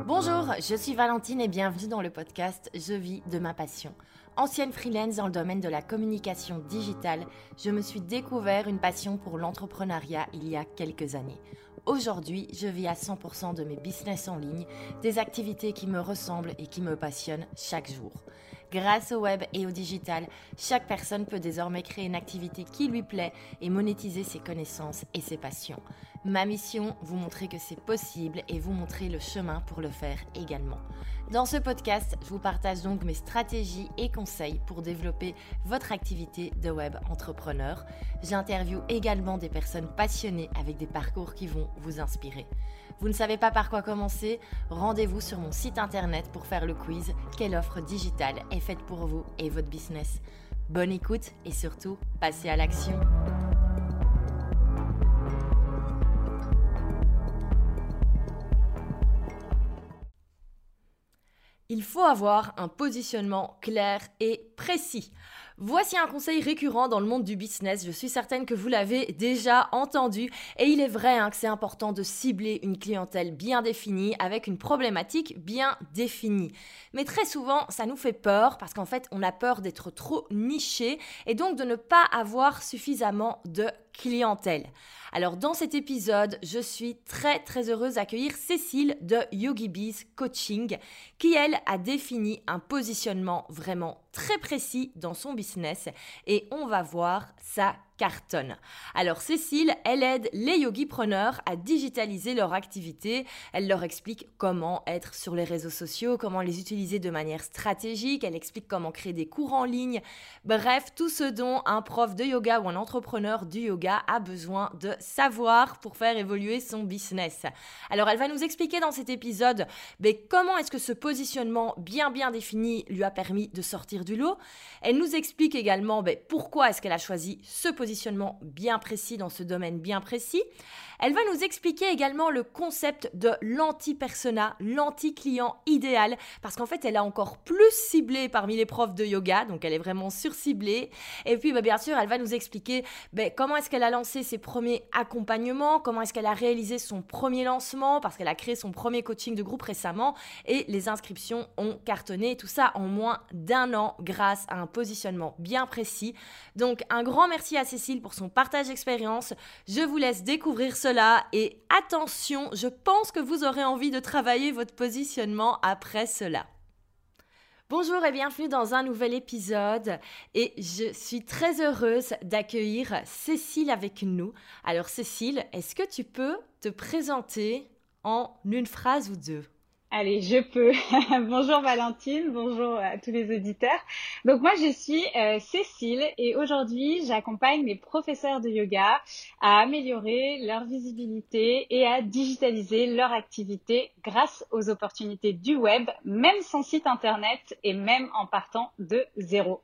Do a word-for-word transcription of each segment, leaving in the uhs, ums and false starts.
Bonjour, je suis Valentine et bienvenue dans le podcast Je vis de ma passion. Ancienne freelance dans le domaine de la communication digitale, je me suis découvert une passion pour l'entrepreneuriat il y a quelques années. Aujourd'hui, je vis à cent pour cent de mes business en ligne, des activités qui me ressemblent et qui me passionnent chaque jour. Grâce au web et au digital, chaque personne peut désormais créer une activité qui lui plaît et monétiser ses connaissances et ses passions. Ma mission, vous montrer que c'est possible et vous montrer le chemin pour le faire également. Dans ce podcast, je vous partage donc mes stratégies et conseils pour développer votre activité de web entrepreneur. J'interviewe également des personnes passionnées avec des parcours qui vont vous inspirer. Vous ne savez pas par quoi commencer? Rendez-vous sur mon site internet pour faire le quiz « Quelle offre digitale est faite pour vous et votre business ?» Bonne écoute et surtout, passez à l'action. Il faut avoir un positionnement clair et précis. Voici un conseil récurrent dans le monde du business, je suis certaine que vous l'avez déjà entendu et il est vrai hein, que c'est important de cibler une clientèle bien définie avec une problématique bien définie. Mais très souvent, ça nous fait peur parce qu'en fait, on a peur d'être trop niché et donc de ne pas avoir suffisamment de clientèle. Alors dans cet épisode, je suis très très heureuse d'accueillir Cécile de YogiBiz Coaching qui elle a défini un positionnement vraiment très précis dans son business et on va voir ça cartonne. Alors Cécile, elle aide les yogipreneurs à digitaliser leur activité. Elle leur explique comment être sur les réseaux sociaux, comment les utiliser de manière stratégique. Elle explique comment créer des cours en ligne. Bref, tout ce dont un prof de yoga ou un entrepreneur du yoga a besoin de savoir pour faire évoluer son business. Alors elle va nous expliquer dans cet épisode mais comment est-ce que ce positionnement bien bien défini lui a permis de sortir du lot. Elle nous explique également mais pourquoi est-ce qu'elle a choisi ce positionnement positionnement bien précis dans ce domaine bien précis. Elle va nous expliquer également le concept de l'anti-persona, l'anti-client idéal, parce qu'en fait, elle a encore plus ciblé parmi les profs de yoga, donc elle est vraiment surciblée. Et puis, bah, bien sûr, elle va nous expliquer bah, comment est-ce qu'elle a lancé ses premiers accompagnements, comment est-ce qu'elle a réalisé son premier lancement, parce qu'elle a créé son premier coaching de groupe récemment, et les inscriptions ont cartonné, tout ça en moins d'un an grâce à un positionnement bien précis. Donc, un grand merci à Cécile pour son partage d'expérience. Je vous laisse découvrir cela et attention, je pense que vous aurez envie de travailler votre positionnement après cela. Bonjour et bienvenue dans un nouvel épisode et je suis très heureuse d'accueillir Cécile avec nous. Alors Cécile, est-ce que tu peux te présenter en une phrase ou deux ? Allez, je peux. Bonjour Valentine, bonjour à tous les auditeurs. Donc moi, je suis euh, Cécile et aujourd'hui, j'accompagne les professeurs de yoga à améliorer leur visibilité et à digitaliser leur activité grâce aux opportunités du web, même sans site internet et même en partant de zéro.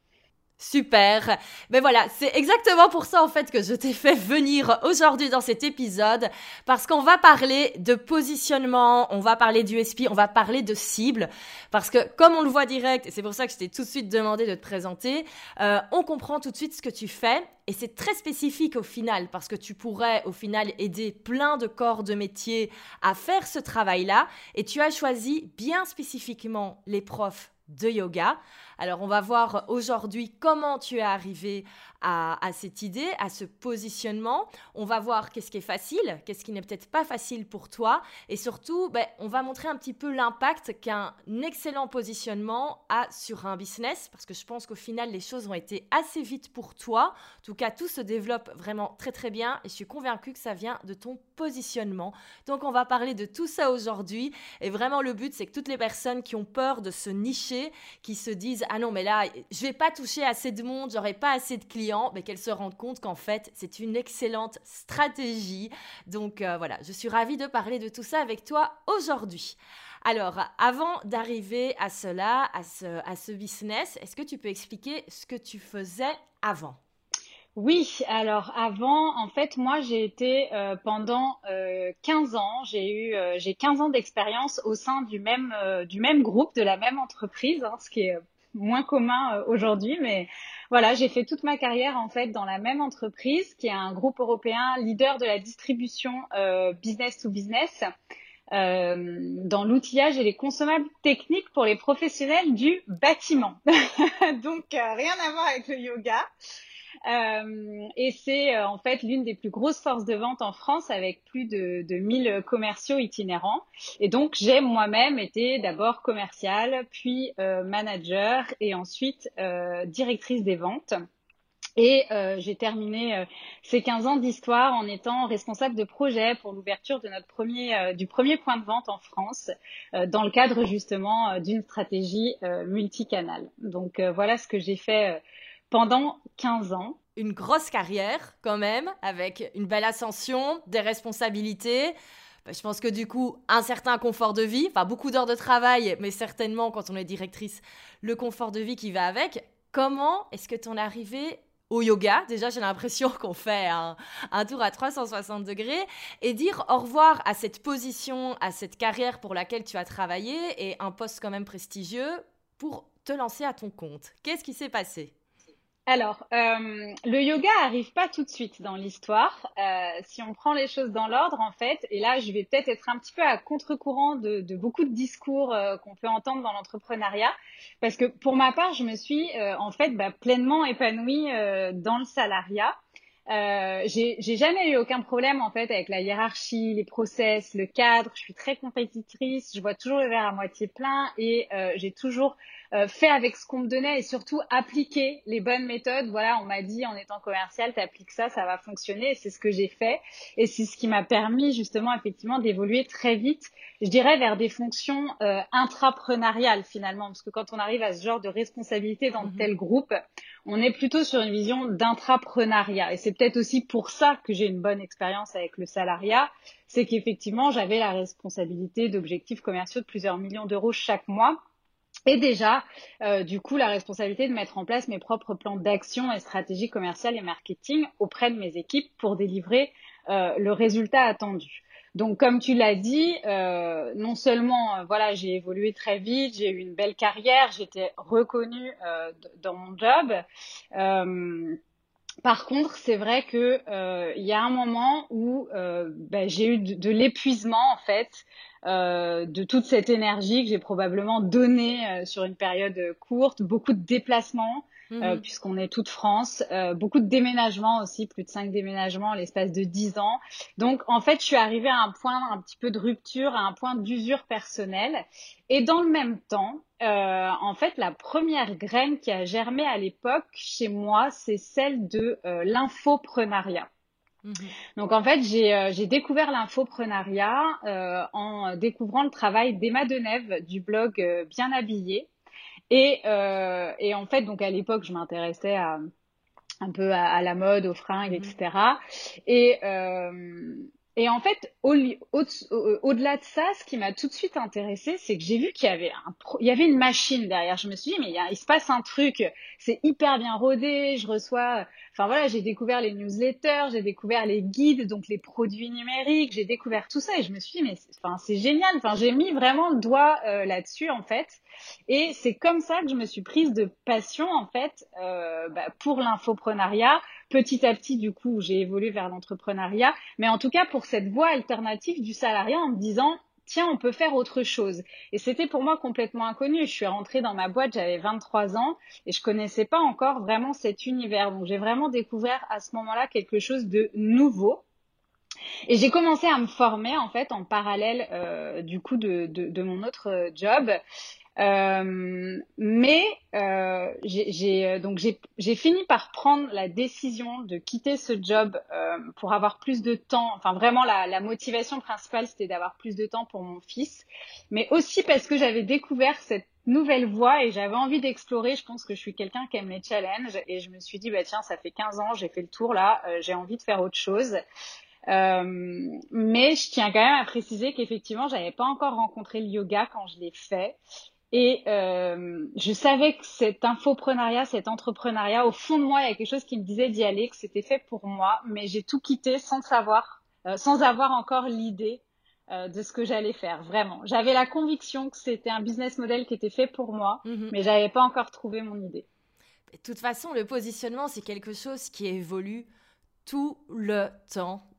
Super. Ben voilà, c'est exactement pour ça en fait que je t'ai fait venir aujourd'hui dans cet épisode parce qu'on va parler de positionnement, on va parler d'U S P, on va parler de cible parce que comme on le voit direct, et c'est pour ça que je t'ai tout de suite demandé de te présenter, euh, on comprend tout de suite ce que tu fais et c'est très spécifique au final parce que tu pourrais au final aider plein de corps de métier à faire ce travail-là et tu as choisi bien spécifiquement les profs de yoga. Alors, on va voir aujourd'hui comment tu es arrivé à, à cette idée, à ce positionnement. On va voir qu'est-ce qui est facile, qu'est-ce qui n'est peut-être pas facile pour toi. Et surtout, ben, on va montrer un petit peu l'impact qu'un excellent positionnement a sur un business. Parce que je pense qu'au final, les choses ont été assez vite pour toi. En tout cas, tout se développe vraiment très, très bien. Et je suis convaincue que ça vient de ton positionnement. Donc, on va parler de tout ça aujourd'hui. Et vraiment, le but, c'est que toutes les personnes qui ont peur de se nicher, qui se disent « Ah non, mais là, je vais pas toucher assez de monde, j'aurai pas assez de clients », mais qu'elles se rendent compte qu'en fait, c'est une excellente stratégie. Donc euh, voilà, je suis ravie de parler de tout ça avec toi aujourd'hui. Alors, avant d'arriver à cela, à ce, à ce business, est-ce que tu peux expliquer ce que tu faisais avant ? Oui, alors avant, en fait, moi, j'ai été euh, pendant euh, quinze ans, j'ai eu, euh, j'ai quinze ans d'expérience au sein du même, euh, du même groupe, de la même entreprise, hein, ce qui est moins commun euh, aujourd'hui, mais voilà, j'ai fait toute ma carrière en fait dans la même entreprise, qui est un groupe européen leader de la distribution euh, business to business. euh, dans l'outillage et les consommables techniques pour les professionnels du bâtiment. Donc, euh, rien à voir avec le yoga. Euh, et c'est euh, en fait l'une des plus grosses forces de vente en France avec plus de, de mille commerciaux itinérants. Et donc, j'ai moi-même été d'abord commerciale, puis euh, manager et ensuite euh, directrice des ventes. Et euh, j'ai terminé euh, ces quinze ans d'histoire en étant responsable de projet pour l'ouverture de notre premier, euh, du premier point de vente en France, euh, dans le cadre justement euh, d'une stratégie euh, multicanale. Donc euh, voilà ce que j'ai fait euh, pendant quinze ans. Une grosse carrière quand même, avec une belle ascension, des responsabilités. Je pense que du coup, un certain confort de vie, enfin beaucoup d'heures de travail, mais certainement quand on est directrice, le confort de vie qui va avec. Comment est-ce que tu en es arrivée au yoga? Déjà, j'ai l'impression qu'on fait un, un tour à trois cent soixante degrés et dire au revoir à cette position, à cette carrière pour laquelle tu as travaillé et un poste quand même prestigieux pour te lancer à ton compte. Qu'est-ce qui s'est passé? Alors, euh, le yoga arrive pas tout de suite dans l'histoire. Euh, si on prend les choses dans l'ordre, en fait, et là, je vais peut-être être un petit peu à contre-courant de, de beaucoup de discours euh, qu'on peut entendre dans l'entrepreneuriat, parce que pour ma part, je me suis euh, en fait bah, pleinement épanouie euh, dans le salariat. Euh, j'ai j'ai jamais eu aucun problème en fait avec la hiérarchie, les process, le cadre. Je suis très compétitrice, je vois toujours le verre à moitié plein et euh, j'ai toujours euh, fait avec ce qu'on me donnait et surtout appliqué les bonnes méthodes. Voilà, on m'a dit en étant commercial, t'appliques ça, ça va fonctionner. Et c'est ce que j'ai fait et c'est ce qui m'a permis justement effectivement d'évoluer très vite, je dirais vers des fonctions euh, intrapreneuriales finalement, parce que quand on arrive à ce genre de responsabilité dans de Mhm. tels groupes, on est plutôt sur une vision d'intrapreneuriat. Et c'est peut-être aussi pour ça que j'ai une bonne expérience avec le salariat. C'est qu'effectivement, j'avais la responsabilité d'objectifs commerciaux de plusieurs millions d'euros chaque mois. Et déjà, euh, du coup, la responsabilité de mettre en place mes propres plans d'action et stratégie commerciale et marketing auprès de mes équipes pour délivrer euh, le résultat attendu. Donc, comme tu l'as dit, euh, non seulement, euh, voilà, j'ai évolué très vite, j'ai eu une belle carrière, j'étais reconnue euh, dans mon job. Euh, par contre, c'est vrai que euh, il y a un moment où euh, ben, j'ai eu de, de l'épuisement en fait euh, de toute cette énergie que j'ai probablement donnée euh, sur une période courte, beaucoup de déplacements euh, Mhm. puisqu'on est toute France, euh, beaucoup de déménagements aussi, plus de cinq déménagements en l'espace de dix ans. Donc en fait, je suis arrivée à un point un petit peu de rupture, à un point d'usure personnelle. Et dans le même temps, euh, en fait, la première graine qui a germé à l'époque chez moi, c'est celle de euh, l'infoprenariat. Mhm. Donc en fait, j'ai euh, j'ai découvert l'infoprenariat euh, en découvrant le travail d'Emma Denève du blog euh, Bien Habillé. Et, euh, et en fait, donc à l'époque, je m'intéressais à un peu à, à la mode, aux fringues, Mhm. et cetera. Et, euh, et en fait, au, au, au, au-delà de ça, ce qui m'a tout de suite intéressée, c'est que j'ai vu qu'il y avait un pro, il y avait une machine derrière. Je me suis dit, mais il, y a, il se passe un truc, c'est hyper bien rodé, je reçois, enfin voilà, j'ai découvert les newsletters, j'ai découvert les guides, donc les produits numériques, j'ai découvert tout ça et je me suis dit, mais c'est, enfin, c'est génial, enfin, j'ai mis vraiment le doigt euh, là-dessus en fait. Et c'est comme ça que je me suis prise de passion en fait euh, bah, pour l'infoprenariat. Petit à petit, du coup, j'ai évolué vers l'entrepreneuriat, mais en tout cas pour cette voie alternative du salariat en me disant tiens, on peut faire autre chose. Et c'était pour moi complètement inconnu. Je suis rentrée dans ma boîte, j'avais vingt-trois ans et je connaissais pas encore vraiment cet univers. Donc j'ai vraiment découvert à ce moment-là quelque chose de nouveau. Et j'ai commencé à me former en fait en parallèle euh, du coup de, de, de mon autre job. Euh, mais euh, j'ai j'ai- donc j'ai j'ai fini par prendre la décision de quitter ce job euh, pour avoir plus de temps. Enfin, vraiment, la, la motivation principale, c'était d'avoir plus de temps pour mon fils, mais aussi parce que j'avais découvert cette nouvelle voie et j'avais envie d'explorer. Je pense que je suis quelqu'un qui aime les challenges et je me suis dit, bah tiens, ça fait quinze ans, j'ai fait le tour là, euh, j'ai envie de faire autre chose. Euh, mais je tiens quand même à préciser qu'effectivement, j'avais pas encore rencontré le yoga quand je l'ai fait. Et euh, je savais que cet infoprenariat, cet entrepreneuriat, au fond de moi, il y a quelque chose qui me disait d'y aller, que c'était fait pour moi, mais j'ai tout quitté sans savoir, euh, sans avoir encore l'idée euh, de ce que j'allais faire, vraiment. J'avais la conviction que c'était un business model qui était fait pour moi, Mhm. mais j'avais pas encore trouvé mon idée. De toute façon, le positionnement, c'est quelque chose qui évolue tout le temps.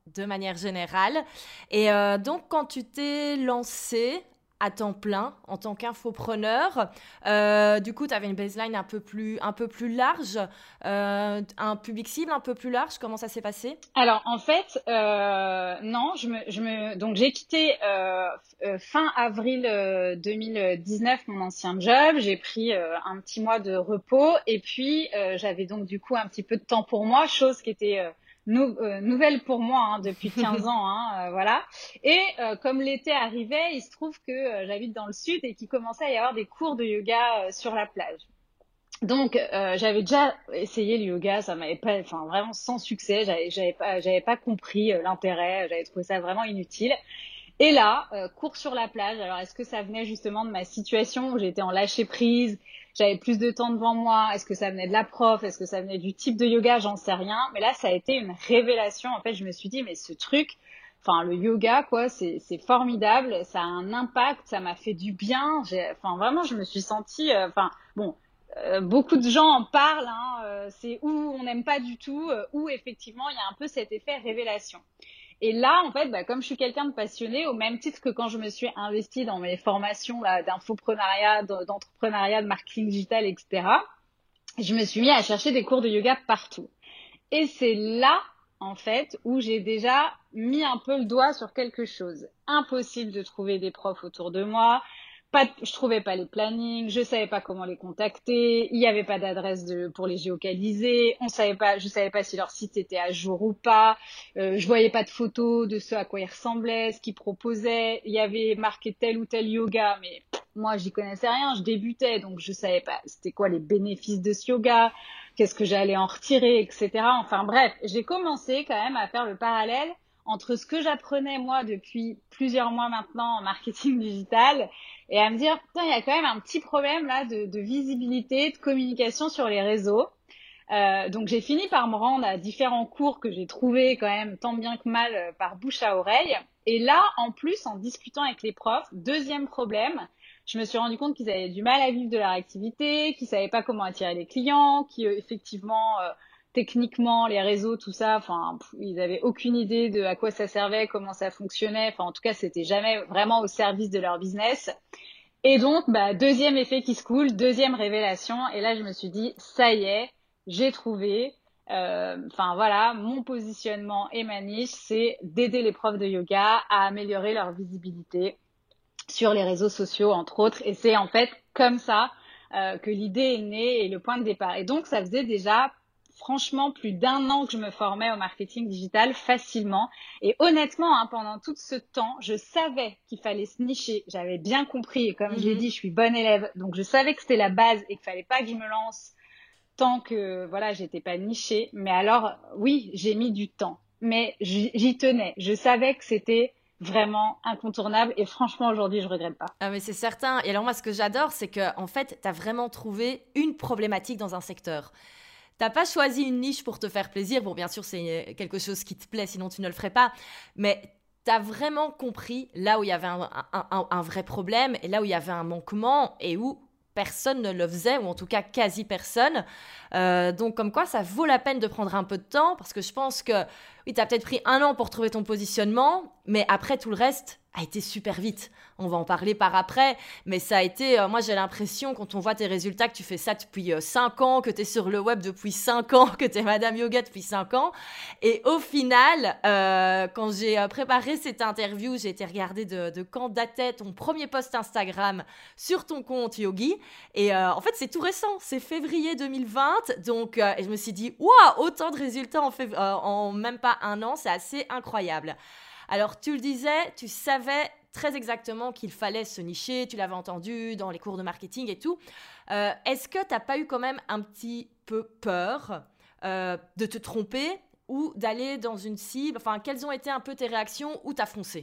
de manière générale. Et euh, donc, quand tu t'es lancé à temps plein en tant qu'infopreneur, euh, du coup, tu avais une baseline un peu plus, un peu plus large, euh, un public cible un peu plus large. Comment ça s'est passé? Alors en fait, euh, non, je me, je me, donc j'ai quitté euh, euh, fin avril euh, deux mille dix-neuf mon ancien job. J'ai pris euh, un petit mois de repos et puis euh, j'avais donc du coup un petit peu de temps pour moi, chose qui était euh, nou- euh, nouvelle pour moi hein, depuis quinze ans, hein, euh, voilà. Et euh, comme l'été arrivait, il se trouve que euh, j'habite dans le sud et qu'il commençait à y avoir des cours de yoga euh, sur la plage. Donc, euh, j'avais déjà essayé le yoga, ça m'avait pas, enfin vraiment sans succès. J'avais, j'avais pas, j'avais pas compris euh, l'intérêt. J'avais trouvé ça vraiment inutile. Et là, euh, cours sur la plage. Alors, est-ce que ça venait justement de ma situation où j'étais en lâcher prise, j'avais plus de temps devant moi? Est-ce que ça venait de la prof? Est-ce que ça venait du type de yoga? J'en sais rien. Mais là, ça a été une révélation. En fait, je me suis dit, mais ce truc, enfin le yoga, quoi, c'est, c'est formidable. Ça a un impact. Ça m'a fait du bien. J'ai, enfin vraiment, je me suis sentie, euh, enfin bon. Euh, beaucoup de gens en parlent, hein, euh, c'est où on n'aime pas du tout, euh, où effectivement il y a un peu cet effet révélation. Et là, en fait, bah, comme je suis quelqu'un de passionné, au même titre que quand je me suis investie dans mes formations là, d'infoprenariat, d'entrepreneuriat, de marketing digital, et cetera, je me suis mis à chercher des cours de yoga partout. Et c'est là, en fait, où j'ai déjà mis un peu le doigt sur quelque chose. Impossible de trouver des profs autour de moi. Pas, de- je trouvais pas les plannings, je savais pas comment les contacter, il y avait pas d'adresse de, pour les géocaliser, on savait pas, je savais pas si leur site était à jour ou pas, euh, je voyais pas de photos de ce à quoi ils ressemblaient, ce qu'ils proposaient, il y avait marqué tel ou tel yoga, mais pff, moi j'y connaissais rien, je débutais, donc je savais pas c'était quoi les bénéfices de ce yoga, qu'est-ce que j'allais en retirer, et cetera. Enfin bref, j'ai commencé quand même à faire le parallèle entre ce que j'apprenais moi depuis plusieurs mois maintenant en marketing digital et à me dire, putain, il y a quand même un petit problème là de, de visibilité, de communication sur les réseaux. Euh, donc j'ai fini par me rendre à différents cours que j'ai trouvés quand même tant bien que mal euh, par bouche à oreille. Et là, en plus, en discutant avec les profs, deuxième problème, je me suis rendu compte qu'ils avaient du mal à vivre de leur activité, qu'ils savaient pas comment attirer les clients, qui euh, effectivement euh, techniquement les réseaux tout ça, enfin pff, ils avaient aucune idée de à quoi ça servait, comment ça fonctionnait. Enfin en tout cas c'était jamais vraiment au service de leur business. Et donc, bah, deuxième effet qui se coule, deuxième révélation. Et là, je me suis dit, ça y est, j'ai trouvé. euh, Enfin voilà, mon positionnement et ma niche, c'est d'aider les profs de yoga à améliorer leur visibilité sur les réseaux sociaux, entre autres. Et c'est en fait comme ça euh, que l'idée est née et le point de départ. Et donc, ça faisait déjà franchement plus d'un an que je me formais au marketing digital facilement. Et honnêtement, hein, pendant tout ce temps, je savais qu'il fallait se nicher. J'avais bien compris. Et comme je l'ai Mhm. dit, je suis bonne élève. Donc, je savais que c'était la base et qu'il fallait pas que je me lance tant que voilà, j'étais pas nichée. Mais alors, oui, j'ai mis du temps. Mais j'y j'y tenais. Je savais que c'était vraiment incontournable. Et franchement, aujourd'hui, je regrette pas. Ah, mais c'est certain. Et alors, moi, ce que j'adore, c'est que en fait, tu as vraiment trouvé une problématique dans un secteur. T'as pas choisi une niche pour te faire plaisir. Bon, bien sûr, c'est quelque chose qui te plaît, sinon tu ne le ferais pas. Mais t'as vraiment compris là où il y avait un, un- un- un vrai problème et là où il y avait un manquement et où personne ne le faisait, ou en tout cas quasi personne. Euh, donc, comme quoi, ça vaut la peine de prendre un peu de temps parce que je pense que, oui, t'as peut-être pris un an pour trouver ton positionnement, mais après, tout le reste a été super vite. On va en parler par après, mais ça a été, euh, moi j'ai l'impression quand on voit tes résultats que tu fais ça depuis euh, cinq ans, que tu es sur le web depuis cinq ans, que tu es Madame Yoga depuis cinq ans. Et au final, euh, quand j'ai euh, préparé cette interview, j'ai été regarder de, de quand datait ton premier post Instagram sur ton compte Yogi. Et euh, en fait, c'est tout récent, c'est février deux mille vingt. Donc, euh, et je me suis dit, waouh, autant de résultats en, fév- euh, en même pas un an, c'est assez incroyable. Alors, tu le disais, tu savais très exactement qu'il fallait se nicher, tu l'avais entendu dans les cours de marketing et tout. Euh, est-ce que tu n'as pas eu quand même un petit peu peur euh, de te tromper ou d'aller dans une cible? Enfin, quelles ont été un peu tes réactions ou t'as foncé?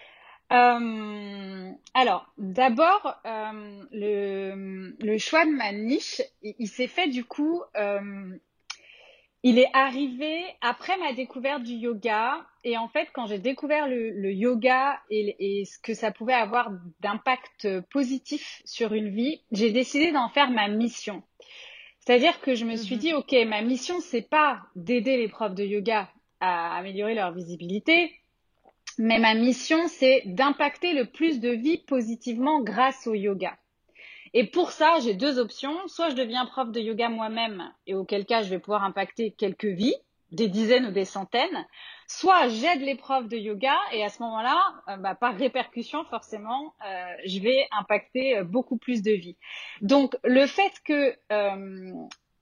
Euh, alors, d'abord, euh, le, le choix de ma niche, il, il s'est fait du coup, euh, il est arrivé après ma découverte du yoga. Et en fait, quand j'ai découvert le, le yoga et, et ce que ça pouvait avoir d'impact positif sur une vie, j'ai décidé d'en faire ma mission. C'est-à-dire que je me suis Mhm. dit, OK, ma mission, c'est pas d'aider les profs de yoga à améliorer leur visibilité. Mais ma mission, c'est d'impacter le plus de vies positivement grâce au yoga. Et pour ça, j'ai deux options. Soit je deviens prof de yoga moi-même, et auquel cas je vais pouvoir impacter quelques vies, des dizaines ou des centaines. Soit j'aide les profs de yoga, et à ce moment-là, euh, bah, par répercussion, forcément, euh, je vais impacter euh, beaucoup plus de vies. Donc, le fait que euh,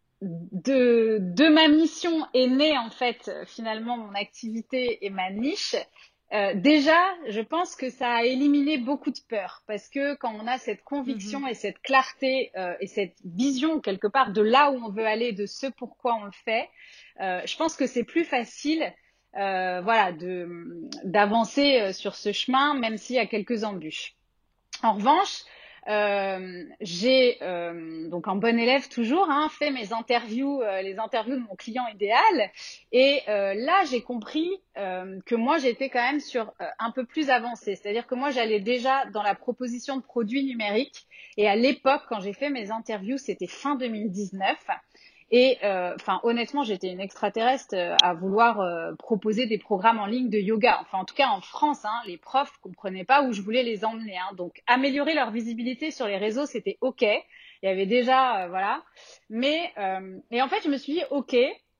de, de ma mission est née, en fait, finalement, mon activité et ma niche. Euh, déjà, je pense que ça a éliminé beaucoup de peur parce que quand on a cette conviction Mhm. et cette clarté euh, et cette vision quelque part de là où on veut aller, de ce pourquoi on le fait, euh, je pense que c'est plus facile, euh, voilà, de d'avancer euh, sur ce chemin, même s'il y a quelques embûches. En revanche, euh, j'ai euh, donc en bon élève toujours hein, fait mes interviews, euh, les interviews de mon client idéal. Et euh, là, j'ai compris euh, que moi, j'étais quand même sur euh, un peu plus avancé. C'est-à-dire que moi, j'allais déjà dans la proposition de produits numériques. Et à l'époque, quand j'ai fait mes interviews, c'était fin deux mille dix-neuf. Et euh, enfin, honnêtement, j'étais une extraterrestre euh, à vouloir euh, proposer des programmes en ligne de yoga. Enfin, en tout cas, en France, hein, les profs comprenaient pas où je voulais les emmener. Hein. Donc, améliorer leur visibilité sur les réseaux, c'était OK. Il y avait déjà, euh, voilà. Mais, euh, et en fait, je me suis dit, OK,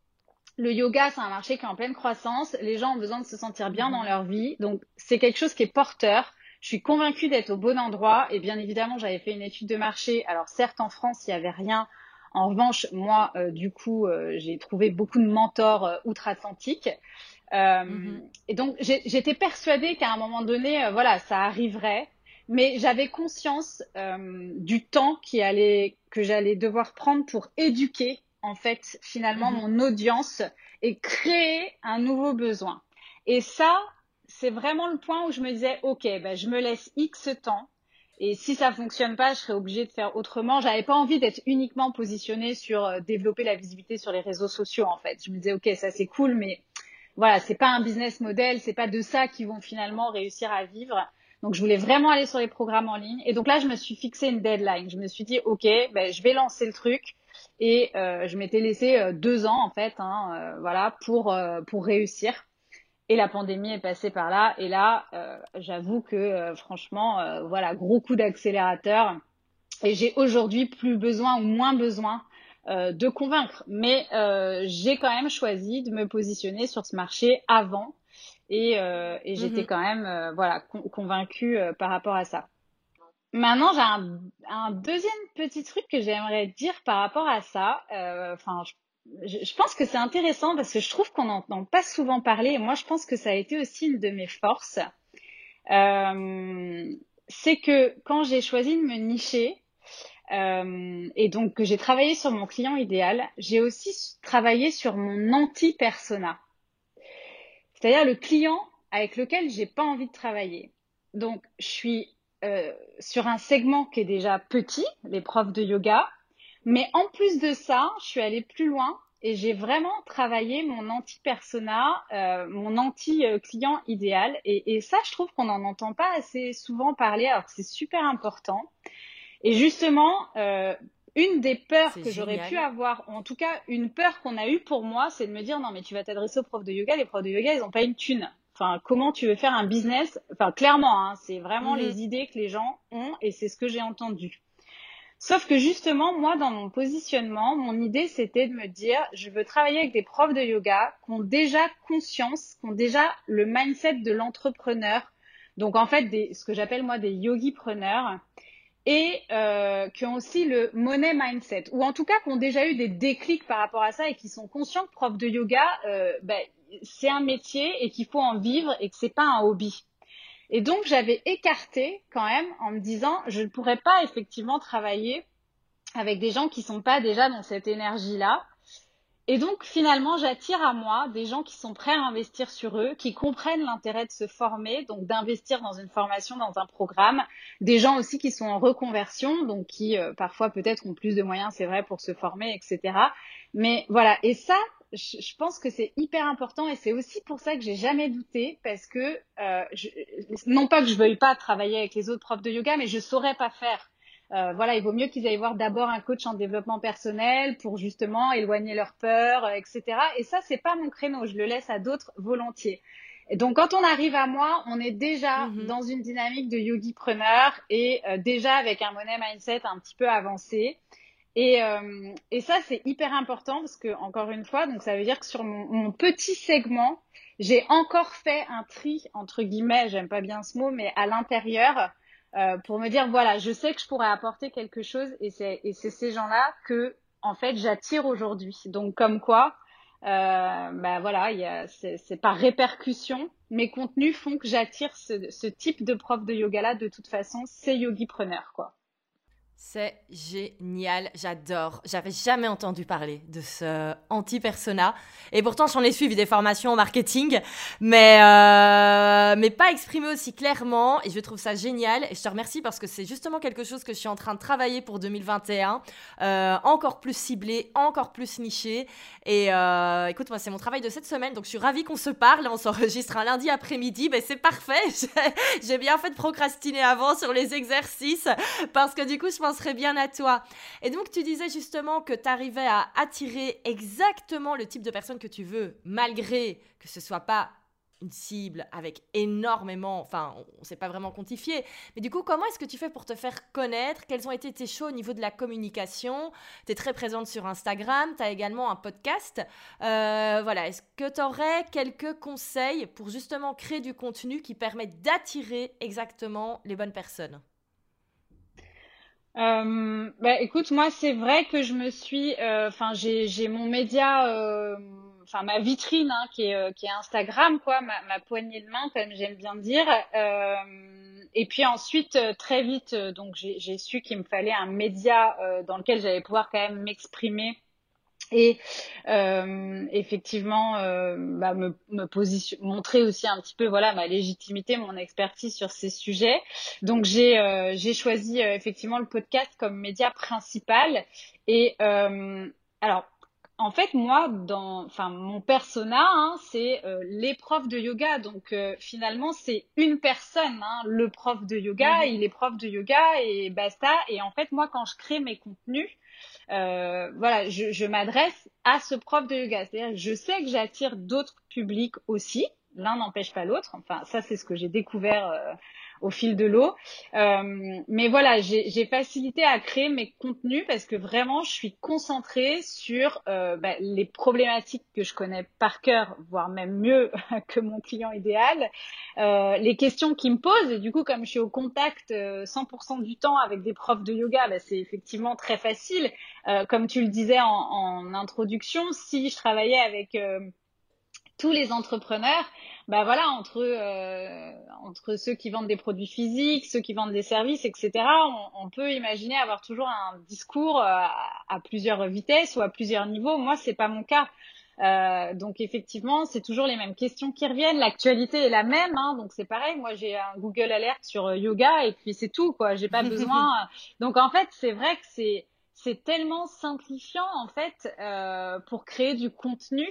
le yoga, c'est un marché qui est en pleine croissance. Les gens ont besoin de se sentir bien dans Mhm. leur vie. Donc, c'est quelque chose qui est porteur. Je suis convaincue d'être au bon endroit. Et bien évidemment, j'avais fait une étude de marché. Alors, certes, en France, il n'y avait rien. En revanche, moi, euh, du coup, euh, j'ai trouvé beaucoup de mentors euh, outre-Atlantique. Euh, Mhm. et donc, j'ai- j'étais persuadée qu'à un moment donné, euh, voilà, ça arriverait. Mais j'avais conscience euh, du temps qui allait, que j'allais devoir prendre pour éduquer, en fait, finalement, Mhm. mon audience et créer un nouveau besoin. Et ça, c'est vraiment le point où je me disais, OK, ben, je me laisse X temps. Et si ça fonctionne pas, je serais obligée de faire autrement. J'avais pas envie d'être uniquement positionnée sur euh, développer la visibilité sur les réseaux sociaux, en fait. Je me disais, OK, ça c'est cool, mais voilà, c'est pas un business model, c'est pas de ça qu'ils vont finalement réussir à vivre. Donc, je voulais vraiment aller sur les programmes en ligne. Et donc là, je me suis fixé une deadline. Je me suis dit, OK, ben, je vais lancer le truc. Et euh, je m'étais laissé euh, deux ans, en fait, hein, euh, voilà, pour, euh, pour réussir. Et la pandémie est passée par là. Et là, euh, j'avoue que, euh, franchement, euh, voilà, gros coup d'accélérateur. Et j'ai aujourd'hui plus besoin ou moins besoin euh, de convaincre. Mais euh, j'ai quand même choisi de me positionner sur ce marché avant. Et, euh, et j'étais Mhm. quand même euh, voilà con- convaincue euh, par rapport à ça. Maintenant, j'ai un, un deuxième petit truc que j'aimerais dire par rapport à ça. Euh, Enfin, je, je pense que c'est intéressant parce que je trouve qu'on n'entend pas souvent parler. Et moi, je pense que ça a été aussi une de mes forces. Euh, c'est que quand j'ai choisi de me nicher, euh, et donc que j'ai travaillé sur mon client idéal, j'ai aussi travaillé sur mon anti-persona, c'est-à-dire le client avec lequel j'ai pas envie de travailler. Donc, je suis euh, sur un segment qui est déjà petit, les profs de yoga, mais en plus de ça, je suis allée plus loin et j'ai vraiment travaillé mon anti-persona, euh, mon anti-client idéal. Et, et ça, je trouve qu'on n'en entend pas assez souvent parler, alors que c'est super important. Et justement, euh, une des peurs C'est que j'aurais pu génial. avoir, ou en tout cas une peur qu'on a eue pour moi, c'est de me dire non mais tu vas t'adresser aux profs de yoga, les profs de yoga ils n'ont pas une thune. Enfin, comment tu veux faire un business? Enfin, clairement, hein, c'est vraiment Mhm. les idées que les gens ont et c'est ce que j'ai entendu. Sauf que justement, moi, dans mon positionnement, mon idée, c'était de me dire, je veux travailler avec des profs de yoga qui ont déjà conscience, qui ont déjà le mindset de l'entrepreneur. Donc, en fait, des, ce que j'appelle moi des yogi-preneurs et euh, qui ont aussi le money mindset, ou en tout cas qui ont déjà eu des déclics par rapport à ça et qui sont conscients que prof de yoga, euh, ben, c'est un métier et qu'il faut en vivre et que c'est pas un hobby. Et donc j'avais écarté quand même en me disant je ne pourrais pas effectivement travailler avec des gens qui sont pas déjà dans cette énergie-là. Et donc, finalement, j'attire à moi des gens qui sont prêts à investir sur eux, qui comprennent l'intérêt de se former, donc d'investir dans une formation, dans un programme. Des gens aussi qui sont en reconversion, donc qui euh, parfois peut-être ont plus de moyens, c'est vrai, pour se former, et cetera. Mais voilà, et ça, je, je pense que c'est hyper important et c'est aussi pour ça que j'ai jamais douté, parce que, euh, je, non pas que je veuille pas travailler avec les autres profs de yoga, mais je saurais pas faire. Euh, voilà, il vaut mieux qu'ils aillent voir d'abord un coach en développement personnel pour justement éloigner leurs peurs, euh, et cetera. Et ça, c'est pas mon créneau, je le laisse à d'autres volontiers. Et donc, quand on arrive à moi, on est déjà Mhm. dans une dynamique de yogi-preneur et euh, déjà avec un money mindset un petit peu avancé. Et, euh, et ça, c'est hyper important parce que, encore une fois, donc ça veut dire que sur mon, mon petit segment, j'ai encore fait un tri, entre guillemets, j'aime pas bien ce mot, mais à l'intérieur, euh, pour me dire, voilà, je sais que je pourrais apporter quelque chose et c'est, et c'est ces gens-là que, en fait, j'attire aujourd'hui. Donc, comme quoi, euh, bah voilà, il y a, c'est, c'est par répercussion. Mes contenus font que j'attire ce, ce type de prof de yoga-là. De toute façon, c'est yogi-preneur, quoi. C'est génial, j'adore. J'avais jamais entendu parler de ce anti-persona. Et pourtant, j'en ai suivi des formations en marketing, mais, euh, mais pas exprimé aussi clairement. Et je trouve ça génial. Et je te remercie parce que c'est justement quelque chose que je suis en train de travailler pour deux mille vingt et un. Euh, encore plus ciblé, encore plus niché. Et euh, écoute, moi, c'est mon travail de cette semaine. Donc, je suis ravie qu'on se parle. On s'enregistre un lundi après-midi. Ben, c'est parfait. J'ai, j'ai bien fait de procrastiner avant sur les exercices parce que du coup, je pense serait bien à toi. Et donc, tu disais justement que tu arrivais à attirer exactement le type de personne que tu veux, malgré que ce soit pas une cible avec énormément, enfin, on ne sait pas vraiment quantifier. Mais du coup, comment est-ce que tu fais pour te faire connaître? Quels ont été tes choix au niveau de la communication? Tu es très présente sur Instagram, tu as également un podcast. Euh, voilà, est-ce que tu aurais quelques conseils pour justement créer du contenu qui permet d'attirer exactement les bonnes personnes? Euh, bah, écoute, moi, c'est vrai que je me suis, euh, enfin, j'ai, j'ai mon média, euh, enfin, ma vitrine, hein, qui est, euh, qui est Instagram, quoi, ma, ma poignée de main, comme j'aime bien dire. Euh, et puis ensuite, euh, très vite, euh, donc, j'ai, j'ai su qu'il me fallait un média, euh, dans lequel j'allais pouvoir quand même m'exprimer et euh, effectivement euh, bah, me, me position, montrer aussi un petit peu voilà ma légitimité, mon expertise sur ces sujets. Donc j'ai euh, j'ai choisi euh, effectivement le podcast comme média principal. Et euh, alors en fait moi dans enfin mon persona hein, c'est euh, les profs de yoga. Donc euh, finalement c'est une personne hein, le prof de yoga, Mhm. il est prof de yoga et basta. Et en fait moi quand je crée mes contenus euh, voilà, je, je m'adresse à ce prof de yoga. C'est-à-dire, je sais que j'attire d'autres publics aussi. L'un n'empêche pas l'autre. Enfin, ça, c'est ce que j'ai découvert euh, au fil de l'eau. Euh, mais voilà, j'ai, j'ai facilité à créer mes contenus parce que vraiment, je suis concentrée sur euh, bah, les problématiques que je connais par cœur, voire même mieux que mon client idéal, euh, les questions qu'il me pose. Et du coup, comme je suis au contact euh, cent pour cent du temps avec des profs de yoga, bah, c'est effectivement très facile. Euh, comme tu le disais en, en introduction, si je travaillais avec euh, tous les entrepreneurs, bah voilà, entre euh, entre ceux qui vendent des produits physiques, ceux qui vendent des services, et cetera. On, on peut imaginer avoir toujours un discours euh, à, à plusieurs vitesses ou à plusieurs niveaux. Moi, c'est pas mon cas. Euh, donc effectivement, c'est toujours les mêmes questions qui reviennent. L'actualité est la même, hein, donc c'est pareil. Moi, j'ai un Google Alert sur euh, yoga et puis c'est tout, quoi. J'ai pas besoin. Donc en fait, c'est vrai que c'est c'est tellement simplifiant en fait euh, pour créer du contenu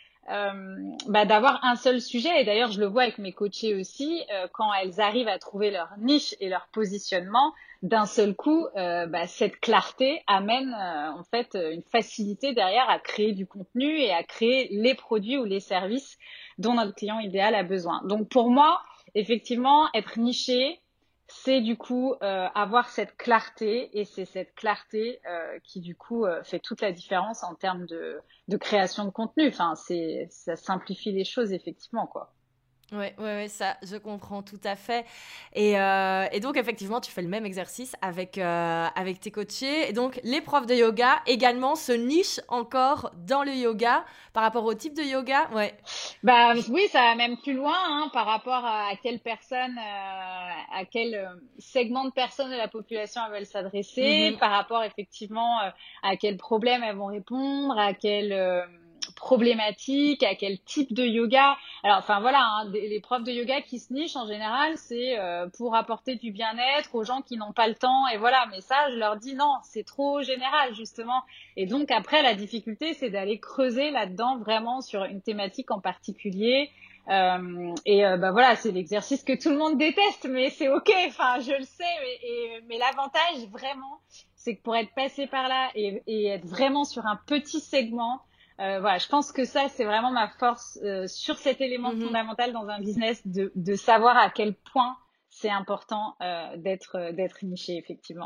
euh, bah, d'avoir un seul sujet. Et d'ailleurs, je le vois avec mes coachés aussi, euh, quand elles arrivent à trouver leur niche et leur positionnement, d'un seul coup, euh, bah, cette clarté amène euh, en fait une facilité derrière à créer du contenu et à créer les produits ou les services dont notre client idéal a besoin. Donc pour moi, effectivement, être niché, c'est du coup euh, avoir cette clarté et c'est cette clarté euh, qui du coup euh, fait toute la différence en termes de, de création de contenu. Enfin, c'est ça simplifie les choses effectivement quoi. Ouais, ouais, ouais, ça, je comprends tout à fait. Et, euh, et donc, effectivement, tu fais le même exercice avec, euh, avec tes coachés. Et donc, les profs de yoga également se nichent encore dans le yoga par rapport au type de yoga. Ouais. Bah oui, ça va même plus loin hein, par rapport à, à quelle personne, euh, à quel euh, segment de personnes de la population elles veulent s'adresser, Mhm. par rapport effectivement euh, à quel problème elles vont répondre, à quelle euh, problématique, à quel type de yoga. Alors enfin voilà, hein, des- les profs de yoga qui se nichent en général, c'est euh, pour apporter du bien-être aux gens qui n'ont pas le temps et voilà. Mais ça, je leur dis non, c'est trop général justement. Et donc après, la difficulté, c'est d'aller creuser là-dedans vraiment sur une thématique en particulier. Euh, et euh, bah voilà, c'est l'exercice que tout le monde déteste, mais c'est ok. Enfin, je le sais. Mais, et, mais l'avantage vraiment, c'est que pour être passé par là et, et être vraiment sur un petit segment, euh, voilà, je pense que ça, c'est vraiment ma force euh, sur cet élément Mhm. fondamental dans un business, de, de savoir à quel point c'est important euh, d'être d'être niché, effectivement.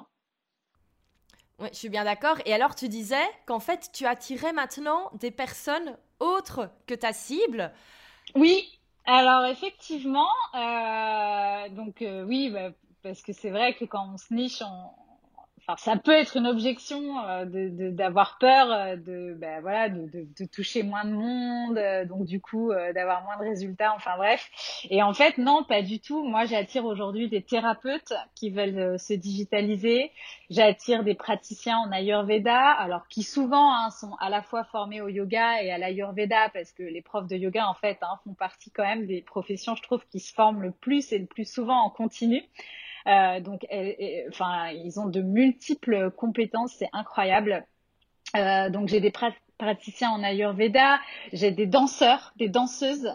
Ouais, je suis bien d'accord. Et alors, tu disais qu'en fait, tu attirais maintenant des personnes autres que ta cible. Oui, alors effectivement, euh, donc euh, oui, bah, parce que c'est vrai que quand on se niche, on, enfin, ça peut être une objection euh, de, de- d'avoir peur euh, de, ben voilà, de, de, de toucher moins de monde, euh, donc du coup euh, d'avoir moins de résultats. Enfin bref. Et en fait, non, pas du tout. Moi, j'attire aujourd'hui des thérapeutes qui veulent euh, se digitaliser. J'attire des praticiens en Ayurveda, alors qui souvent hein, sont à la fois formés au yoga et à l'Ayurveda, parce que les profs de yoga en fait hein, font partie quand même des professions, je trouve, qui se forment le plus et le plus souvent en continu. Euh, donc, elle- elle- enfin, ils ont de multiples compétences, c'est incroyable. Euh, donc, j'ai des prat- praticiens en Ayurveda, j'ai des danseurs, des danseuses.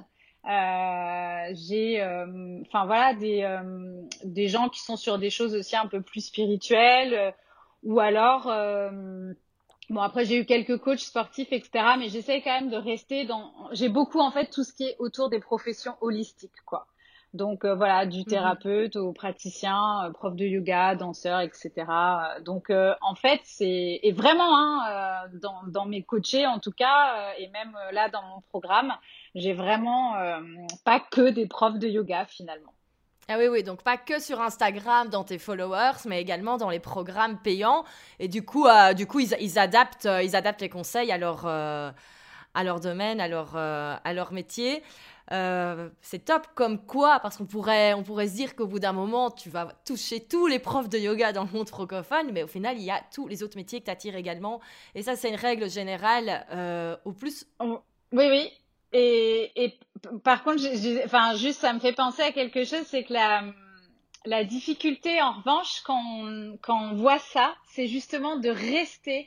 Euh, j'ai, euh, enfin voilà, des euh, des gens qui sont sur des choses aussi un peu plus spirituelles, euh, ou alors, euh, bon après j'ai eu quelques coachs sportifs, et cetera. Mais j'essaie quand même de rester dans. J'ai beaucoup en fait tout ce qui est autour des professions holistiques, quoi. Donc euh, voilà, du Mhm. thérapeute au praticien, euh, prof de yoga, danseur, et cetera. Donc euh, en fait, c'est et vraiment hein, euh, dans, dans mes coachés en tout cas, euh, et même euh, là dans mon programme, j'ai vraiment euh, pas que des profs de yoga finalement. Ah oui, oui, donc pas que sur Instagram dans tes followers, mais également dans les programmes payants. Et du coup, euh, du coup ils, ils adaptent, euh, ils adaptent les conseils à leur, euh, à leur domaine, à leur, euh, à leur métier. Euh, c'est top comme quoi, parce qu'on pourrait, on pourrait se dire qu'au bout d'un moment, tu vas toucher tous les profs de yoga dans le monde francophone, mais au final, il y a tous les autres métiers que tu attires également. Et ça, c'est une règle générale. Euh, au plus, Oh, oui, oui. Et, et p- par contre, j'ai- j'ai- enfin, juste, ça me fait penser à quelque chose, c'est que la, la difficulté, en revanche, quand on, quand on voit ça, c'est justement de rester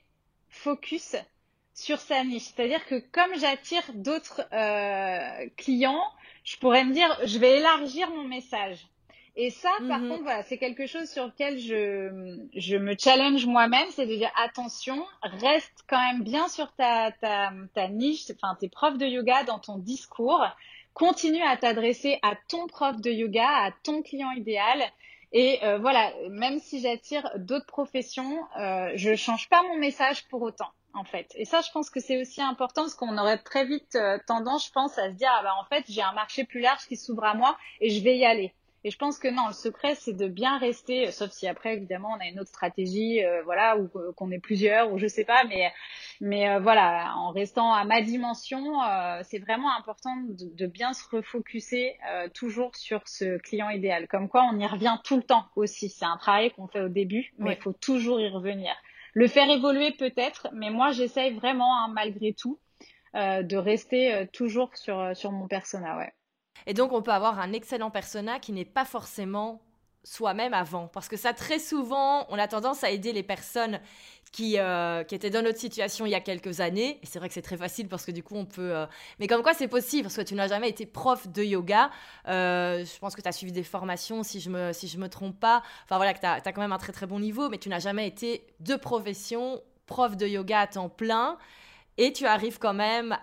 focus sur sa niche. C'est-à-dire que comme j'attire d'autres euh, clients, je pourrais me dire, je vais élargir mon message. Et ça, par mhm, contre, voilà, c'est quelque chose sur lequel je, je me challenge moi-même, c'est de dire attention, reste quand même bien sur ta, ta, ta niche, enfin tes profs de yoga dans ton discours. Continue à t'adresser à ton prof de yoga, à ton client idéal. Et euh, voilà, même si j'attire d'autres professions, euh, je change pas mon message pour autant, en fait. Et ça, je pense que c'est aussi important parce qu'on aurait très vite euh, tendance, je pense, à se dire, ah bah en fait, j'ai un marché plus large qui s'ouvre à moi et je vais y aller. Et je pense que non, le secret, c'est de bien rester, sauf si après, évidemment, on a une autre stratégie, euh, voilà, ou qu'on est plusieurs, ou je sais pas, mais, mais euh, voilà, en restant à ma dimension, euh, c'est vraiment important de, de bien se refocuser euh, toujours sur ce client idéal. Comme quoi, on y revient tout le temps aussi. C'est un travail qu'on fait au début, mais il ouais. faut toujours y revenir. Le faire évoluer peut-être, mais moi, j'essaye vraiment, hein, malgré tout, euh, de rester euh, toujours sur, sur mon persona, ouais. Et donc, on peut avoir un excellent persona qui n'est pas forcément soi-même avant. Parce que ça, très souvent, on a tendance à aider les personnes qui, euh, qui étaient dans notre situation il y a quelques années. Et c'est vrai que c'est très facile parce que du coup, on peut... euh, Mais comme quoi, c'est possible parce que tu n'as jamais été prof de yoga. Euh, je pense que tu as suivi des formations, si je me, si je me trompe pas. Enfin voilà, que tu as, quand même un très très bon niveau, mais tu n'as jamais été de profession, prof de yoga à temps plein. Et tu arrives quand même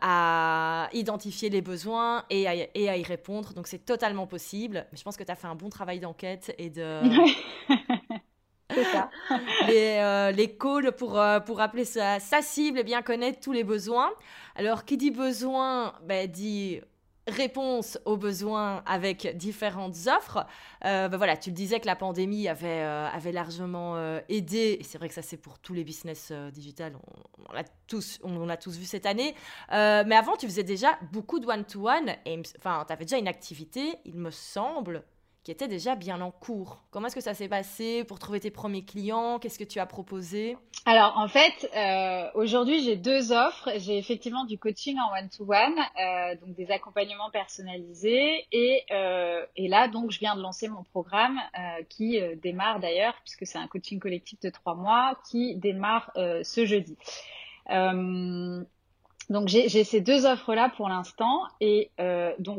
à identifier les besoins et à, et à y répondre. Donc c'est totalement possible. Mais je pense que tu as fait un bon travail d'enquête et de C'est ça. les, euh, les calls pour, euh, pour appeler sa, sa cible et bien connaître tous les besoins. Alors qui dit besoin, ben, dit réponse aux besoins avec différentes offres. Euh, ben voilà, tu le disais que la pandémie avait, euh, avait largement euh, aidé, et c'est vrai que ça c'est pour tous les business euh, digital, on, on l'a tous, on, on l'a tous vu cette année. Euh, mais avant, tu faisais déjà beaucoup de one-to-one, et enfin, tu avais déjà une activité, il me semble, qui était déjà bien en cours. Comment est-ce que ça s'est passé pour trouver tes premiers clients? Qu'est-ce que tu as proposé? Alors en fait, euh, aujourd'hui j'ai deux offres. J'ai effectivement du coaching en one-to-one, euh, donc des accompagnements personnalisés, et, euh, et là donc je viens de lancer mon programme euh, qui euh, démarre d'ailleurs, puisque c'est un coaching collectif de trois mois qui démarre euh, ce jeudi. Euh, donc j'ai j'ai ces deux offres-là pour l'instant, et euh, donc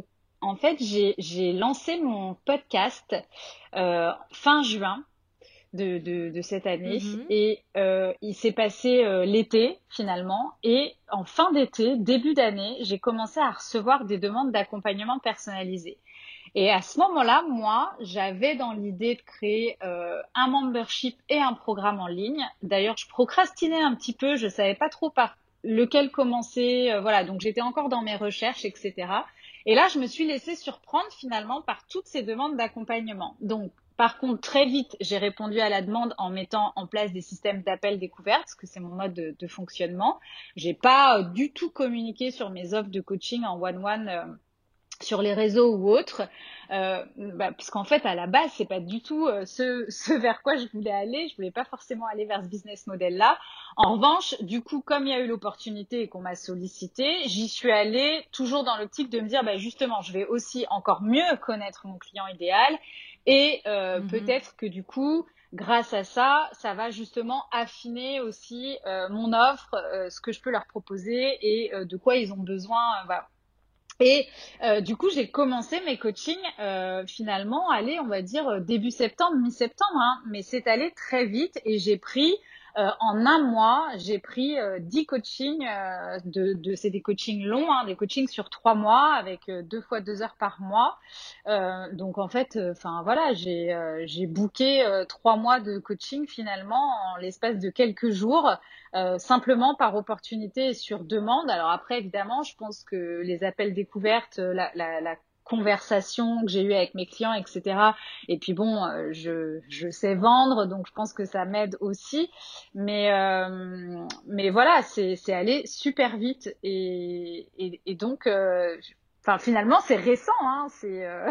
en fait, j'ai, j'ai lancé mon podcast euh, fin juin de, de, de cette année Mhm. et euh, il s'est passé euh, l'été finalement et en fin d'été, début d'année, j'ai commencé à recevoir des demandes d'accompagnement personnalisé. Et à ce moment-là, moi, j'avais dans l'idée de créer euh, un membership et un programme en ligne. D'ailleurs, je procrastinais un petit peu, je savais pas trop par lequel commencer, euh, voilà, donc j'étais encore dans mes recherches, et cetera. Et là, je me suis laissée surprendre finalement par toutes ces demandes d'accompagnement. Donc, par contre, très vite, j'ai répondu à la demande en mettant en place des systèmes d'appel découverte, parce que c'est mon mode de, de fonctionnement. J'ai pas euh, du tout communiqué sur mes offres de coaching en one-one euh, sur les réseaux ou autres, euh, bah, puisqu'en fait à la base c'est pas du tout euh, ce, ce vers quoi je voulais aller. Je voulais pas forcément aller vers ce business model là. En revanche, du coup, comme il y a eu l'opportunité et qu'on m'a sollicité, j'y suis allée toujours dans l'optique de me dire, bah, justement, je vais aussi encore mieux connaître mon client idéal et euh, Mhm. peut-être que du coup, grâce à ça, ça va justement affiner aussi euh, mon offre, euh, ce que je peux leur proposer et euh, de quoi ils ont besoin. Euh, voilà. Et euh, du coup, j'ai commencé mes coachings euh, finalement, allez, on va dire euh, début septembre, mi-septembre, hein, mais c'est allé très vite et j'ai pris euh, en un mois, j'ai pris euh, dix coachings, euh, de, de, c'est des coachings longs, hein, des coachings sur trois mois avec euh, deux fois deux heures par mois. Euh, donc en fait, enfin euh, voilà, j'ai euh, j'ai booké euh, trois mois de coaching finalement en l'espace de quelques jours. Euh, simplement par opportunité et sur demande. Alors après, évidemment, je pense que les appels découvertes, la, la, la conversation que j'ai eue avec mes clients, et cetera. Et puis bon, euh, je, je sais vendre, donc je pense que ça m'aide aussi. Mais, euh, mais voilà, c'est, c'est allé super vite. Et, et, et donc, euh, enfin, finalement, c'est récent. Hein, c'est, euh...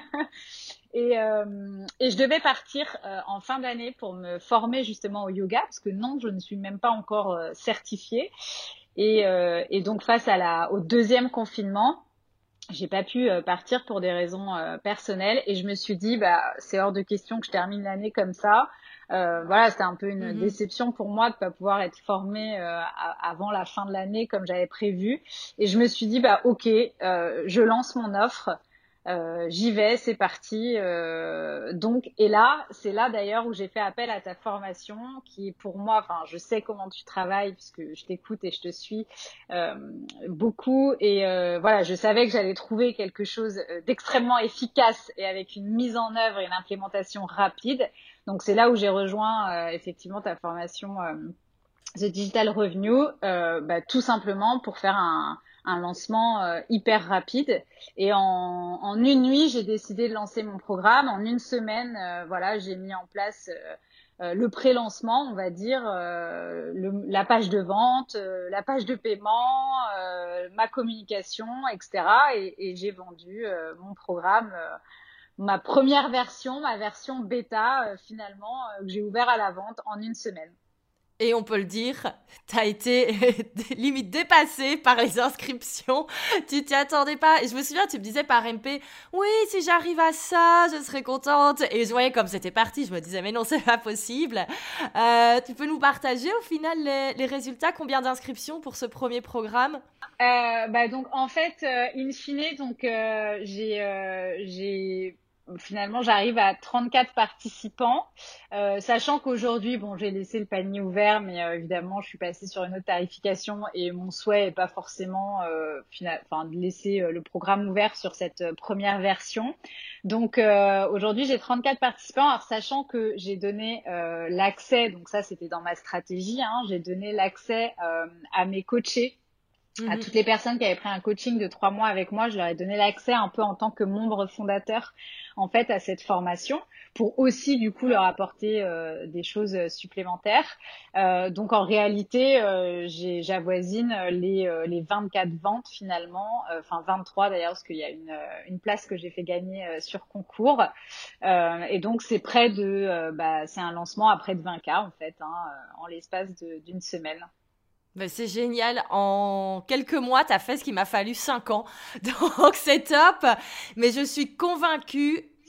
Et, euh, et je devais partir euh, en fin d'année pour me former justement au yoga, parce que non, je ne suis même pas encore euh, certifiée. Et, euh, et donc face à la, au deuxième confinement, j'ai pas pu euh, partir pour des raisons euh, personnelles. Et je me suis dit, bah, c'est hors de question que je termine l'année comme ça. Euh, voilà, c'était un peu une Mhm. déception pour moi de pas pouvoir être formée euh, à- avant la fin de l'année comme j'avais prévu. Et je me suis dit, bah, ok, euh, je lance mon offre. Euh, j'y vais, c'est parti. Euh, donc, et là, c'est là d'ailleurs où j'ai fait appel à ta formation, qui pour moi, enfin, je sais comment tu travailles puisque je t'écoute et je te suis euh, beaucoup. Et euh, voilà, je savais que j'allais trouver quelque chose euh, d'extrêmement efficace et avec une mise en œuvre et une implémentation rapide. Donc, c'est là où j'ai rejoint euh, effectivement ta formation euh, The Digital Revenue, euh, bah, tout simplement pour faire un un lancement euh, hyper rapide. Et en, en une nuit, j'ai décidé de lancer mon programme. En une semaine, euh, voilà, j'ai mis en place euh, euh, le pré-lancement, on va dire, euh, le, la page de vente, euh, la page de paiement, euh, ma communication, et cetera. Et, et j'ai vendu euh, mon programme, euh, ma première version, ma version bêta, euh, finalement, euh, que j'ai ouvert à la vente en une semaine. Et on peut le dire, t'as été limite dépassé par les inscriptions. Tu t'y attendais pas. Et je me souviens, tu me disais par M P, oui, si j'arrive à ça, je serai contente. Et je voyais comme c'était parti. Je me disais, mais non, c'est pas possible. Euh, tu peux nous partager au final les, les résultats? Combien d'inscriptions pour ce premier programme? Euh, bah donc en fait, euh, in fine, donc euh, j'ai euh, j'ai finalement j'arrive à trente-quatre participants, euh, sachant qu'aujourd'hui bon j'ai laissé le panier ouvert, mais euh, évidemment je suis passée sur une autre tarification et mon souhait est pas forcément euh, final, enfin de laisser euh, le programme ouvert sur cette euh, première version. Donc euh, aujourd'hui j'ai trente-quatre participants, alors sachant que j'ai donné euh, l'accès, donc ça c'était dans ma stratégie, hein, j'ai donné l'accès euh, à mes coachés, à Mhm. toutes les personnes qui avaient pris un coaching de trois mois avec moi, je leur ai donné l'accès un peu en tant que membre fondateur en fait à cette formation pour aussi du coup leur apporter euh, des choses supplémentaires. Euh, donc en réalité, euh, j'ai, j'avoisine les euh, les vingt-quatre ventes finalement, euh, enfin vingt-trois d'ailleurs parce qu'il y a une euh, une place que j'ai fait gagner euh, sur concours. Euh, et donc c'est près de euh, bah c'est un lancement à près de vingt K en fait hein, euh, en l'espace de, d'une semaine. Ben, c'est génial. En quelques mois, t'as fait ce qu'il m'a fallu cinq ans. Donc, c'est top. Mais je suis convaincue.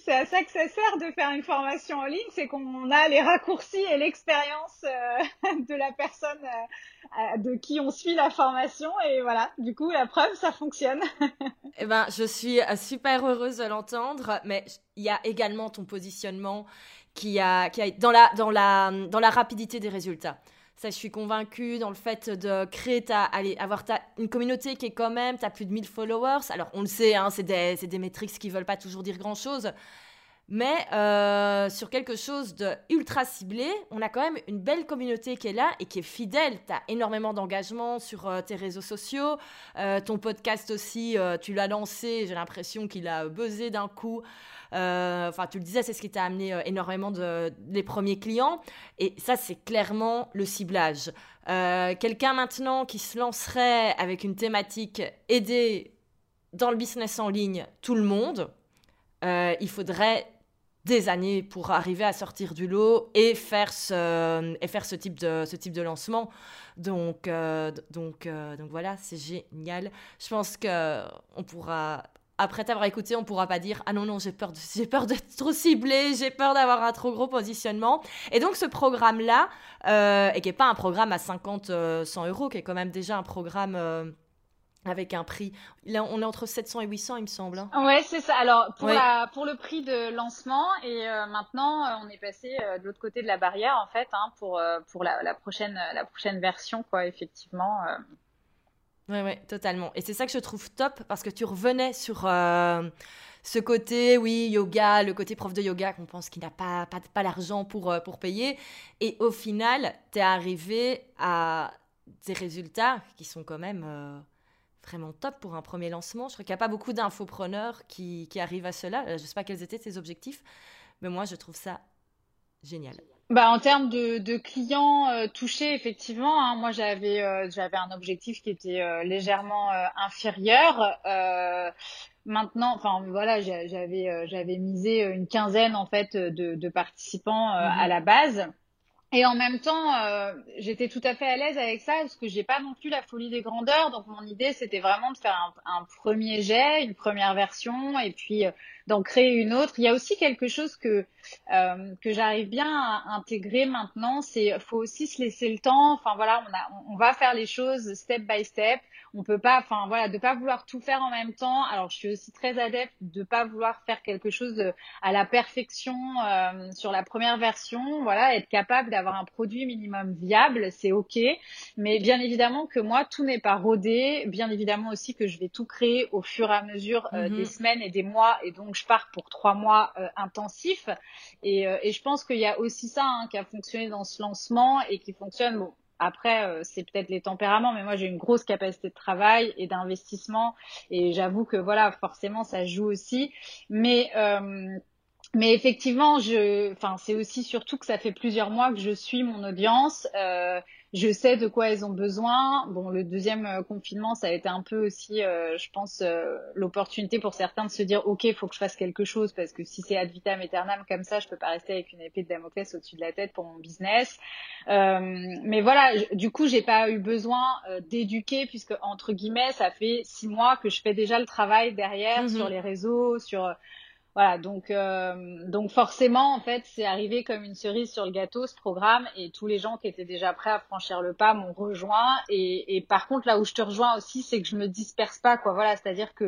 c'est à ça que ça sert de faire une formation en ligne, c'est qu'on a les raccourcis et l'expérience euh, de la personne euh, de qui on suit la formation. Et voilà, du coup, la preuve, ça fonctionne. Eh ben, je suis super heureuse de l'entendre, mais il y a également ton positionnement qui a, qui a dans la, dans la, dans la rapidité des résultats. Ça, je suis convaincue dans le fait de créer ta, allez, avoir ta, une communauté qui est quand même, tu as plus de mille followers. Alors, on le sait, hein, c'est des, c'est des métriques qui veulent pas toujours dire grand-chose. Mais euh, sur quelque chose de ultra ciblé, on a quand même une belle communauté qui est là et qui est fidèle. Tu as énormément d'engagement sur euh, tes réseaux sociaux. Euh, ton podcast aussi, euh, tu l'as lancé, j'ai l'impression qu'il a buzzé d'un coup. Euh, Enfin, tu le disais, c'est ce qui t'a amené euh, énormément de, des premiers clients. Et ça, c'est clairement le ciblage. Euh, quelqu'un maintenant qui se lancerait avec une thématique aider dans le business en ligne tout le monde, euh, il faudrait des années pour arriver à sortir du lot et faire ce, et faire ce, type, de, ce type de lancement. Donc, euh, donc, euh, donc voilà, c'est génial. Je pense qu'on pourra, après t'avoir écouté, on ne pourra pas dire « Ah non, non, j'ai peur, de, j'ai peur d'être trop ciblé, j'ai peur d'avoir un trop gros positionnement. » Et donc ce programme-là, euh, et qui n'est pas un programme à cinquante, cent euros, qui est quand même déjà un programme... Euh, avec un prix, là, on est entre sept cents et huit cents, il me semble. Hein. Ouais, c'est ça. Alors, pour, ouais. la, pour le prix de lancement, et euh, maintenant, euh, on est passé euh, de l'autre côté de la barrière, en fait, hein, pour, euh, pour la, la, prochaine, la prochaine version, quoi, effectivement. Euh... Ouais, ouais, totalement. Et c'est ça que je trouve top, parce que tu revenais sur euh, ce côté, oui, yoga, le côté prof de yoga, qu'on pense qu'il n'a pas, pas, pas l'argent pour, euh, pour payer. Et au final, tu es arrivé à des résultats qui sont quand même... Euh, vraiment top pour un premier lancement. Je crois qu'il n'y a pas beaucoup d'infopreneurs qui, qui arrivent à cela. Je ne sais pas quels étaient tes objectifs, mais moi, je trouve ça génial. Bah, en termes de, de clients euh, touchés, effectivement, hein, moi, j'avais euh, j'avais un objectif qui était euh, légèrement euh, inférieur. Euh, maintenant, enfin, voilà, j'avais euh, j'avais misé une quinzaine, en fait, de, de participants euh, mm-hmm. à la base. Et en même temps, euh, j'étais tout à fait à l'aise avec ça parce que j'ai pas non plus la folie des grandeurs. Donc mon idée, c'était vraiment de faire un, un premier jet, une première version, et puis euh, d'en créer une autre. Il y a aussi quelque chose que euh, que j'arrive bien à intégrer maintenant, c'est faut aussi se laisser le temps. Enfin voilà, on a, on va faire les choses step by step. On peut pas, enfin voilà, de pas vouloir tout faire en même temps. Alors je suis aussi très adepte de pas vouloir faire quelque chose de, à la perfection euh, sur la première version. Voilà, être capable d'avoir un produit minimum viable, c'est ok. Mais bien évidemment que moi, tout n'est pas rodé. Bien évidemment aussi que je vais tout créer au fur et à mesure euh, mm-hmm. des semaines et des mois. Et donc je pars pour trois mois euh, intensifs. Et, euh, et je pense qu'il y a aussi ça hein, qui a fonctionné dans ce lancement et qui fonctionne. Bon, après, euh, c'est peut-être les tempéraments, mais moi j'ai une grosse capacité de travail et d'investissement, et j'avoue que voilà, forcément, ça joue aussi. Mais euh, mais effectivement, je, enfin, c'est aussi surtout que ça fait plusieurs mois que je suis mon audience. Euh, je sais de quoi elles ont besoin. Bon, le deuxième euh, confinement, ça a été un peu aussi, euh, je pense, euh, l'opportunité pour certains de se dire, ok, il faut que je fasse quelque chose parce que si c'est ad vitam aeternam comme ça, je peux pas rester avec une épée de Damoclès au-dessus de la tête pour mon business. Euh, mais voilà, je, du coup, j'ai pas eu besoin euh, d'éduquer puisque entre guillemets, ça fait six mois que je fais déjà le travail derrière mm-hmm. sur les réseaux, sur Voilà, donc euh, donc forcément en fait c'est arrivé comme une cerise sur le gâteau ce programme, et tous les gens qui étaient déjà prêts à franchir le pas m'ont rejoint. Et, et par contre là où je te rejoins aussi, c'est que je me disperse pas quoi. Voilà, c'est-à-dire que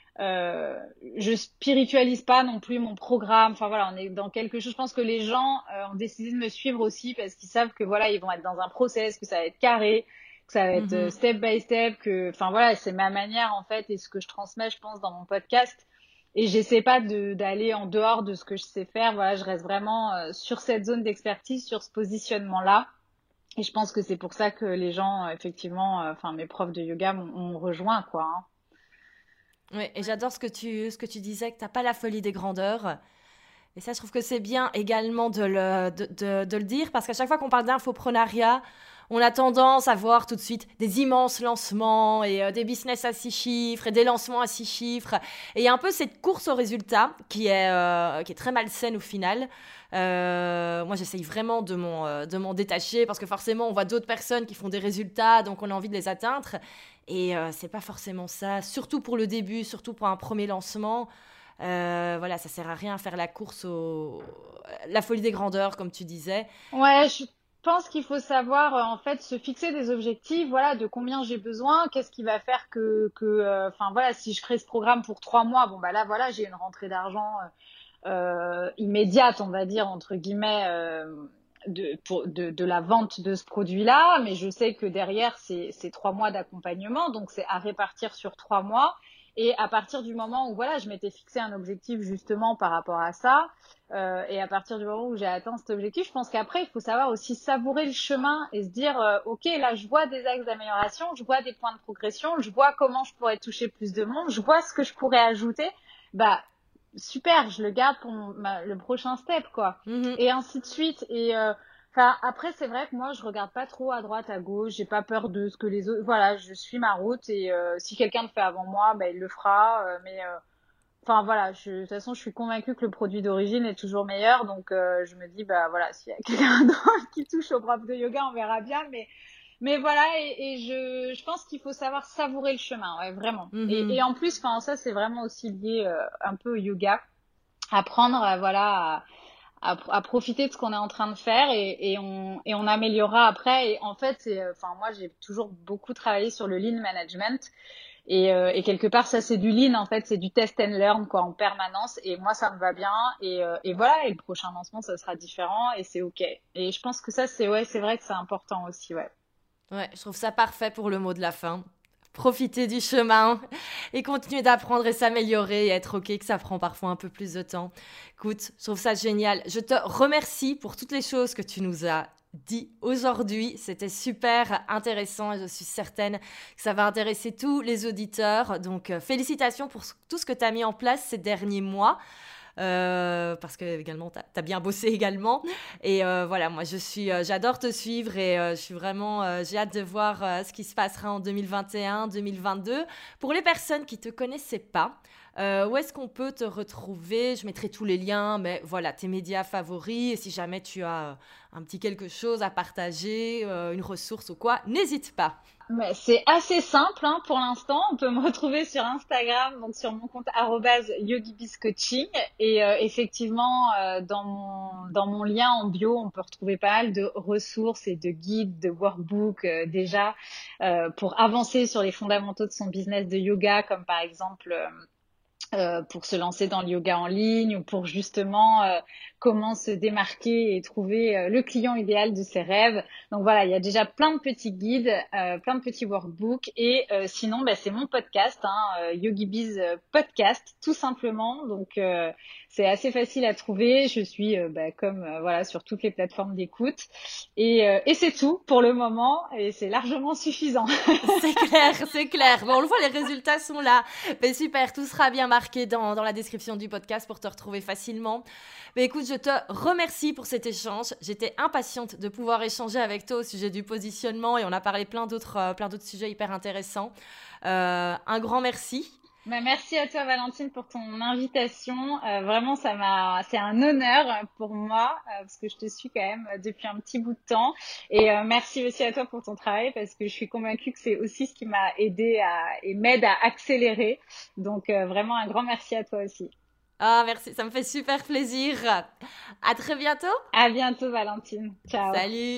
euh, je spiritualise pas non plus mon programme. Enfin voilà, on est dans quelque chose. Je pense que les gens euh, ont décidé de me suivre aussi parce qu'ils savent que voilà ils vont être dans un process, que ça va être carré, que ça va être mm-hmm. step by step, que enfin voilà c'est ma manière en fait et ce que je transmets je pense dans mon podcast. Et j'essaie pas de, d'aller en dehors de ce que je sais faire. Voilà, je reste vraiment euh, sur cette zone d'expertise, sur ce positionnement-là. Et je pense que c'est pour ça que les gens, euh, effectivement, enfin euh, mes profs de yoga m'ont, m'ont rejoint, quoi. Hein. Oui, et j'adore ce que tu, ce que tu disais, que t'as pas la folie des grandeurs. Et ça, je trouve que c'est bien également de le, de, de, de le dire, parce qu'à chaque fois qu'on parle d'infoprenariat, on a tendance à voir tout de suite des immenses lancements et euh, des business à six chiffres et des lancements à six chiffres. Et il y a un peu cette course au résultat qui est, euh, qui est très malsaine au final. Euh, moi, j'essaye vraiment de m'en, euh, de m'en détacher parce que forcément, on voit d'autres personnes qui font des résultats, donc on a envie de les atteindre. Et euh, c'est pas forcément ça, surtout pour le début, surtout pour un premier lancement. Euh, voilà, ça sert à rien à faire la course au... la folie des grandeurs, comme tu disais. Ouais, je pense qu'il faut savoir, euh, en fait, se fixer des objectifs, voilà, de combien j'ai besoin, qu'est-ce qui va faire que, que, euh, enfin, voilà, si je crée ce programme pour trois mois, bon, bah là, voilà, j'ai une rentrée d'argent euh, euh, immédiate, on va dire, entre guillemets, euh, de, pour, de, de la vente de ce produit-là, mais je sais que derrière, c'est, c'est trois mois d'accompagnement, donc c'est à répartir sur trois mois. Et à partir du moment où, voilà, je m'étais fixé un objectif justement par rapport à ça, euh, et à partir du moment où j'ai atteint cet objectif, je pense qu'après, il faut savoir aussi savourer le chemin et se dire, euh, OK, là, je vois des axes d'amélioration, je vois des points de progression, je vois comment je pourrais toucher plus de monde, je vois ce que je pourrais ajouter. Bah, super, je le garde pour mon, ma, le prochain step, quoi. Mm-hmm. Et ainsi de suite. Et euh, enfin, après, c'est vrai que moi, je regarde pas trop à droite, à gauche. J'ai pas peur de ce que les autres. Voilà, je suis ma route et euh, si quelqu'un le fait avant moi, bah, il le fera. Euh, mais euh, enfin voilà, je, de toute façon, je suis convaincue que le produit d'origine est toujours meilleur. Donc, euh, je me dis, bah voilà, s'il y a quelqu'un d'autre qui touche au prof de yoga, on verra bien. Mais mais voilà, et, et je, je pense qu'il faut savoir savourer le chemin, ouais, vraiment. Mm-hmm. Et, et en plus, enfin, ça, c'est vraiment aussi lié euh, un peu au yoga. Apprendre, euh, voilà, à, à, à profiter de ce qu'on est en train de faire et, et, on, et on améliorera après. Et en fait, c'est, enfin, moi, j'ai toujours beaucoup travaillé sur le lean management. Et, euh, et quelque part, ça, c'est du lean, en fait, c'est du test and learn, quoi, en permanence. Et moi, ça me va bien. Et, euh, et voilà, et le prochain lancement, ça sera différent et c'est OK. Et je pense que ça, c'est, ouais, c'est vrai que c'est important aussi, ouais. Ouais, je trouve ça parfait pour le mot de la fin. Profiter du chemin et continuer d'apprendre et s'améliorer et être OK que ça prend parfois un peu plus de temps. Écoute, je trouve ça génial. Je te remercie pour toutes les choses que tu nous as dit aujourd'hui. C'était super intéressant et je suis certaine que ça va intéresser tous les auditeurs. Donc, euh, félicitations pour tout ce que tu as mis en place ces derniers mois. Euh, parce que également t'as as bien bossé également et euh, voilà, moi je suis euh, j'adore te suivre et euh, je suis vraiment euh, j'ai hâte de voir euh, ce qui se passera en deux mille vingt et un deux mille vingt-deux. Pour les personnes qui te connaissaient pas, euh, où est-ce qu'on peut te retrouver? Je mettrai tous les liens, mais voilà, tes médias favoris, et si jamais tu as euh, un petit quelque chose à partager, euh, une ressource ou quoi, n'hésite pas. Mais c'est assez simple, hein, pour l'instant. On peut me retrouver sur Instagram, donc sur mon compte arobase yogibizcoaching. Et euh, effectivement, euh, dans mon dans mon lien en bio, on peut retrouver pas mal de ressources et de guides, de workbooks euh, déjà euh, pour avancer sur les fondamentaux de son business de yoga, comme par exemple euh, euh, pour se lancer dans le yoga en ligne ou pour justement euh, comment se démarquer et trouver euh, le client idéal de ses rêves. Donc voilà, il y a déjà plein de petits guides, euh, plein de petits workbooks et euh, sinon bah, c'est mon podcast, hein, euh, YogiBiz Podcast tout simplement. Donc euh, c'est assez facile à trouver. Je suis euh, bah, comme euh, voilà sur toutes les plateformes d'écoute et, euh, et c'est tout pour le moment et c'est largement suffisant. C'est clair, c'est clair. Bon, on le voit, les résultats sont là. Mais super, tout sera bien marqué dans, dans la description du podcast pour te retrouver facilement. Mais écoute, je te remercie pour cet échange. J'étais impatiente de pouvoir échanger avec toi au sujet du positionnement et on a parlé plein d'autres, euh, plein d'autres sujets hyper intéressants. Euh, un grand merci. Bah, merci à toi Valentine pour ton invitation. Euh, vraiment, ça m'a, c'est un honneur pour moi euh, parce que je te suis quand même depuis un petit bout de temps. Et euh, merci aussi à toi pour ton travail parce que je suis convaincue que c'est aussi ce qui m'a aidé à, et m'aide à accélérer. Donc euh, vraiment un grand merci à toi aussi. Ah, merci, ça me fait super plaisir. À très bientôt. À bientôt Valentine. Ciao. Salut.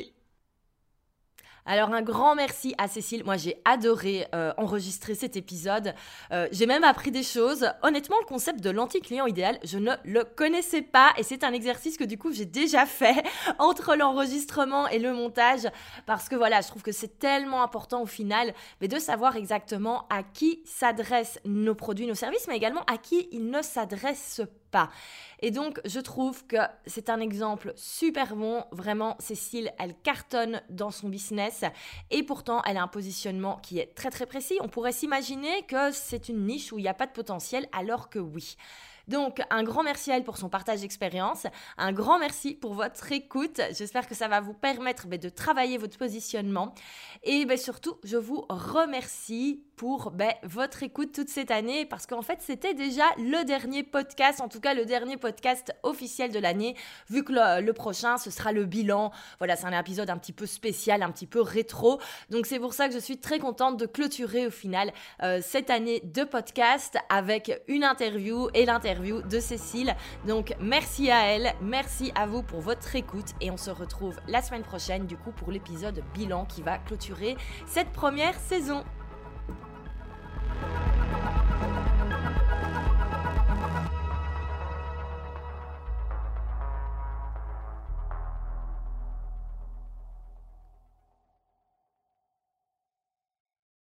Alors un grand merci à Cécile, moi j'ai adoré euh, enregistrer cet épisode, euh, j'ai même appris des choses. Honnêtement, le concept de l'anti-client idéal, je ne le connaissais pas et c'est un exercice que du coup j'ai déjà fait entre l'enregistrement et le montage parce que voilà, je trouve que c'est tellement important au final mais de savoir exactement à qui s'adressent nos produits, nos services, mais également à qui ils ne s'adressent pas. Et donc, je trouve que c'est un exemple super bon. Vraiment, Cécile, elle cartonne dans son business et pourtant, elle a un positionnement qui est très très précis. On pourrait s'imaginer que c'est une niche où il n'y a pas de potentiel, alors que oui. Donc, un grand merci à elle pour son partage d'expérience. Un grand merci pour votre écoute. J'espère que ça va vous permettre bah, de travailler votre positionnement. Et bah, surtout, je vous remercie pour bah, votre écoute toute cette année parce qu'en fait, c'était déjà le dernier podcast, en tout cas le dernier podcast officiel de l'année, vu que le, le prochain, ce sera le bilan. Voilà, c'est un épisode un petit peu spécial, un petit peu rétro. Donc, c'est pour ça que je suis très contente de clôturer au final euh, cette année de podcast avec une interview et l'interview l'interview de Cécile. Donc merci à elle, merci à vous pour votre écoute et on se retrouve la semaine prochaine du coup pour l'épisode bilan qui va clôturer cette première saison.